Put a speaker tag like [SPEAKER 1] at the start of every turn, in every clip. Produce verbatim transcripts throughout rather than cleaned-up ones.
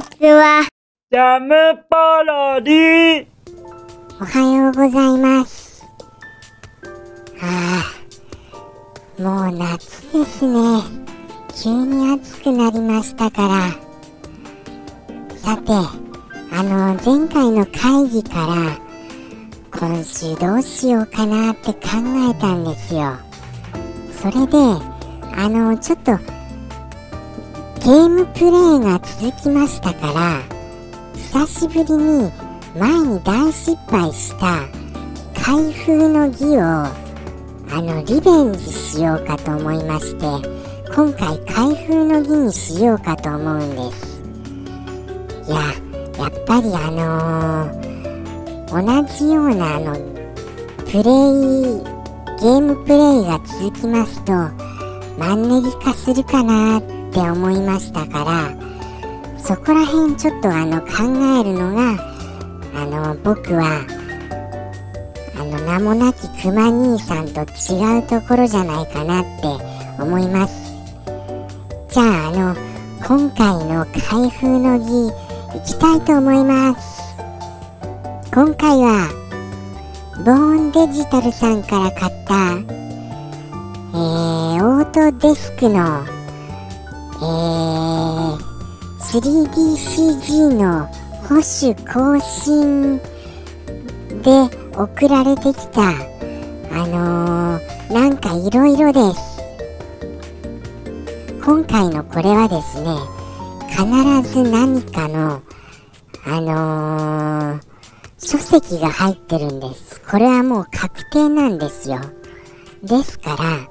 [SPEAKER 1] ちは。
[SPEAKER 2] ジャムパロディ。
[SPEAKER 1] おはようございます。はあ、もう夏ですね。急に暑くなりましたから。さて、あの前回の会議から今週どうしようかなって考えたんですよ。それであのちょっとゲームプレイが続きましたから、久しぶりに前に大失敗した開封の儀をあのリベンジしようかと思いまして、今回開封の儀にしようかと思うんです。いや、やっぱりあのー、同じようなあのプレイゲームプレイが続きますとマンネリ化するかなって思いましたから、そこら辺ちょっとあの考えるのがあの僕はあの名もなきくま兄さんと違うところじゃないかなって思います。じゃああの今回の開封の儀いきたいと思います。今回はボーンデジタルさんから買った、えー、オートデスクの、えー、スリーディーシージー の保守更新で送られてきたあのー、なんかいろいろです。今回のこれはですね、必ず何かのあのー、書籍が入ってるんです。これはもう確定なんですよ。ですから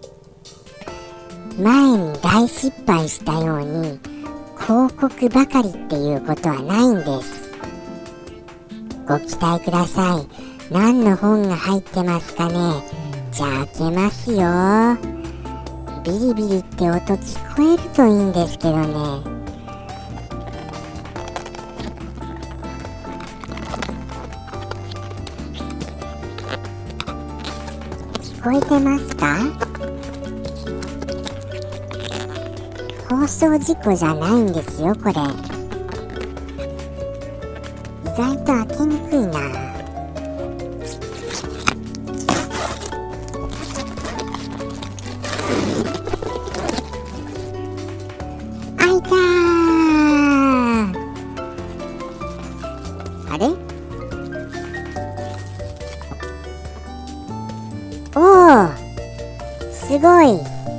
[SPEAKER 1] 前に大失敗したように広告ばかりっていうことはないんです。ご期待ください。何の本が入ってますかね。じゃあ開けますよ。ビリビリって音聞こえるといいんですけどね。聞こえてますか？放送事故じゃないんですよ、これ。意外と開けにくいな。開いたー。あれ？おー、すごい。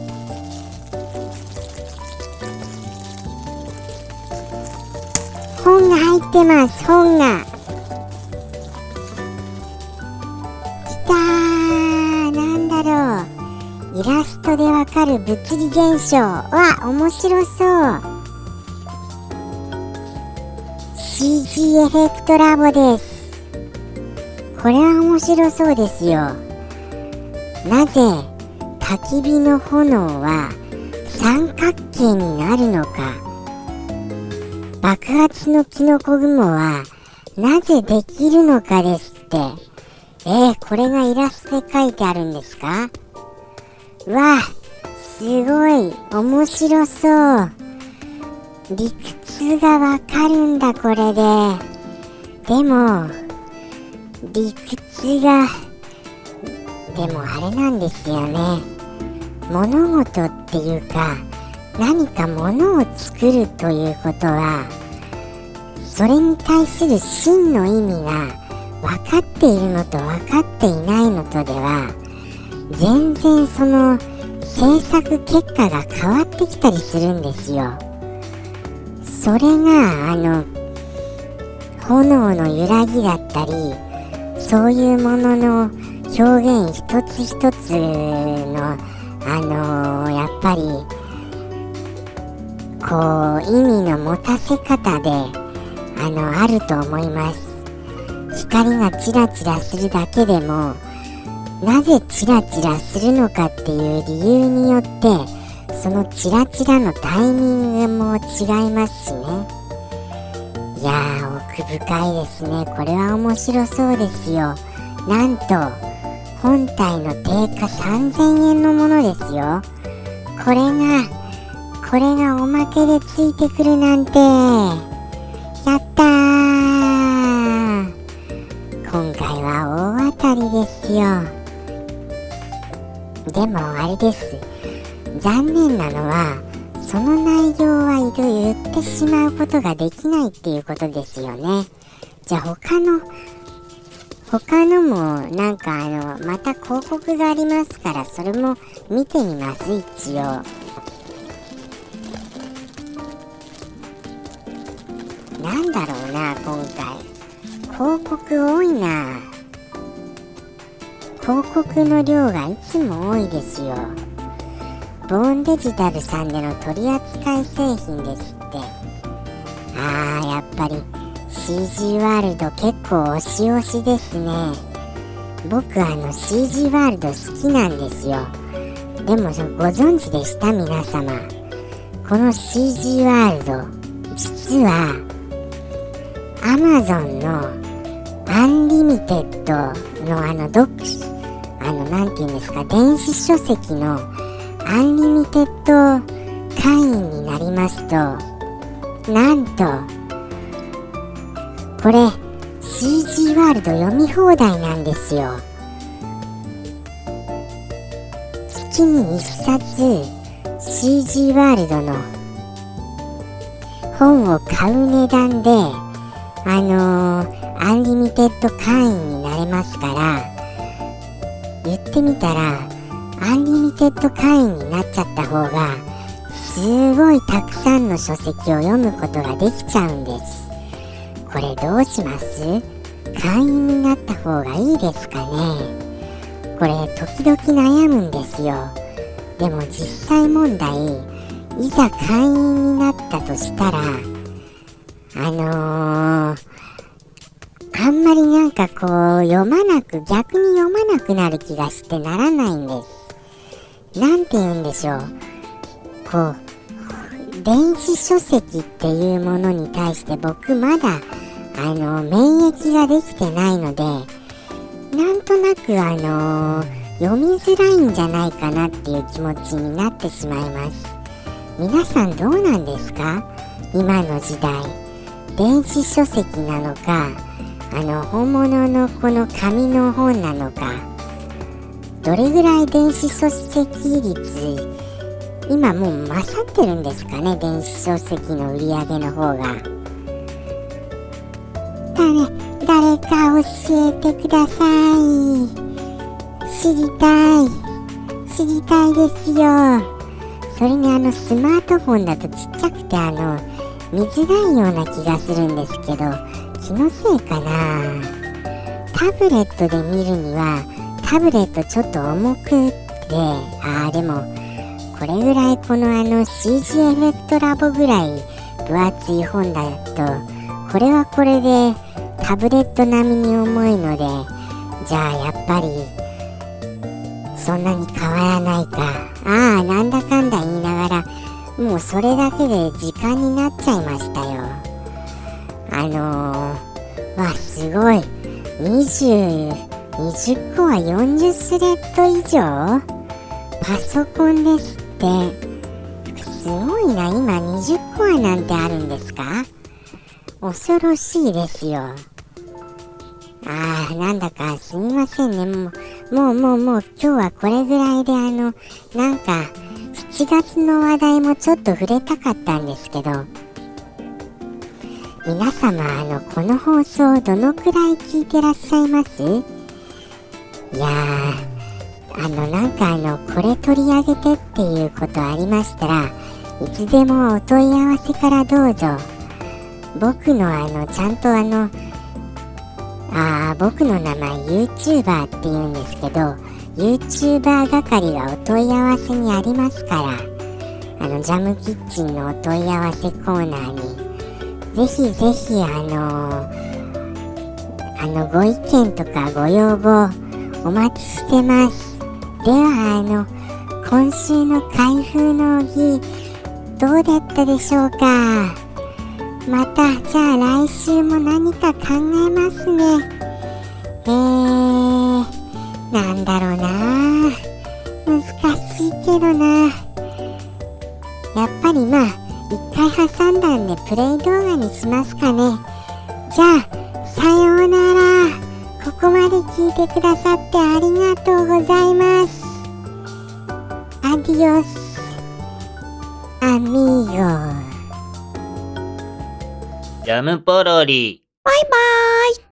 [SPEAKER 1] 本が入ってます。本がきたー。なんだろう。イラストでわかる物理現象。わ、面白そう。 シージー エフェクトラボです。これは面白そうですよ。なぜ焚き火の炎は三角形になるのか、爆発のキノコ雲はなぜできるのかですって。えー、これがイラストで書いてあるんですか？うわ、すごい面白そう。理屈がわかるんだ、これで。でも理屈がでもあれなんですよね。物事っていうか何か物を作るということはそれに対する真の意味が分かっているのと分かっていないのとでは全然その制作結果が変わってきたりするんですよ。それがあの炎の揺らぎだったりそういうものの表現一つ一つのあのー、やっぱりこう意味の持たせ方であのあると思います。光がチラチラするだけでもなぜチラチラするのかっていう理由によってそのチラチラのタイミングも違いますしね。いやー奥深いですね。これは面白そうですよ。なんと本体の定価さんぜんえんのものですよ。これがこれがおまけでついてくるなんてれです。残念なのはその内容は言ってしまうことができないっていうことですよね。じゃあ他の他のもなんかあのまた広告がありますから、それも見てみます。一応なんだろうな、今回広告多いな。広告の量がいつも多いですよ。ボーンデジタルさんでの取り扱い製品ですって。あーやっぱり シージー ワールド結構推し推しですね。僕あの シージー ワールド好きなんですよ。でもご存知でした？皆様、この シージー ワールド実は Amazon のアンリミテッドのあの読あのなんていうんですか、電子書籍のアンリミテッド会員になりますと、なんとこれ シージー ワールド読み放題なんですよ。月にいっさつ シージー ワールドの本を買う値段であのー、アンリミテッド会員になれますから、言ってみたらアンリミテッド会員になっちゃった方がすごいたくさんの書籍を読むことができちゃうんです。これどうします？会員になった方がいいですかね？これ時々悩むんですよ。でも実際問題、いざ会員になったとしたらあのー、あんまりなんかこう読まなく逆に読まなくなる気がしてならないんです。なんて言うんでしょう、こう電子書籍っていうものに対して僕まだあの免疫ができてないので、なんとなくあの読みづらいんじゃないかなっていう気持ちになってしまいます。皆さんどうなんですか？今の時代電子書籍なのか、あの本物のこの紙の本なのか、どれぐらい電子書籍率今もう勝ってるんですかね、電子書籍の売り上げの方が。誰誰か教えてください。知りたい知りたいですよ。それにあのスマートフォンだとちっちゃくてあの見づらいような気がするんですけど、気のせいかな。タブレットで見るにはタブレットちょっと重くって、あーでもこれぐらいこのあの シージー エフェクトラボぐらい分厚い本だと、これはこれでタブレット並みに重いので、じゃあやっぱりそんなに変わらないか。ああなんだかんだ言いながらもうそれだけで時間になっちゃいましたよ。あのー、わすごいにじゅう、にじゅっこはよんじゅうスレッド以上パソコンですって。すごいな。今にじゅっコアなんてあるんですか？恐ろしいですよ。あーなんだかすみませんね。もうもうもうもう今日はこれぐらいで、あのなんかしちがつの話題もちょっと触れたかったんですけど、皆様あのこの放送どのくらい聞いてらっしゃいます？いやーあのなんかあのこれ取り上げてっていうことありましたらいつでもお問い合わせからどうぞ。僕のあのちゃんとあのあー僕の名前 YouTuber って言うんですけど、 YouTuber 係がお問い合わせにありますから、あのジャムキッチンのお問い合わせコーナーにぜひぜひあのー、あのご意見とかご要望お待ちしてます。ではあの今週の開封の儀どうだったでしょうか？またじゃあ来週も何か考えますね。えー、なんだろうな、難しいけどな。やっぱりまあ一回挟んだんでプレイ動画にしますかね。じゃあさようなら。ここまで聞いてくださってありがとうございます。 アディオス、アミーゴ。
[SPEAKER 2] ジャムポロリ。
[SPEAKER 3] バイバーイ。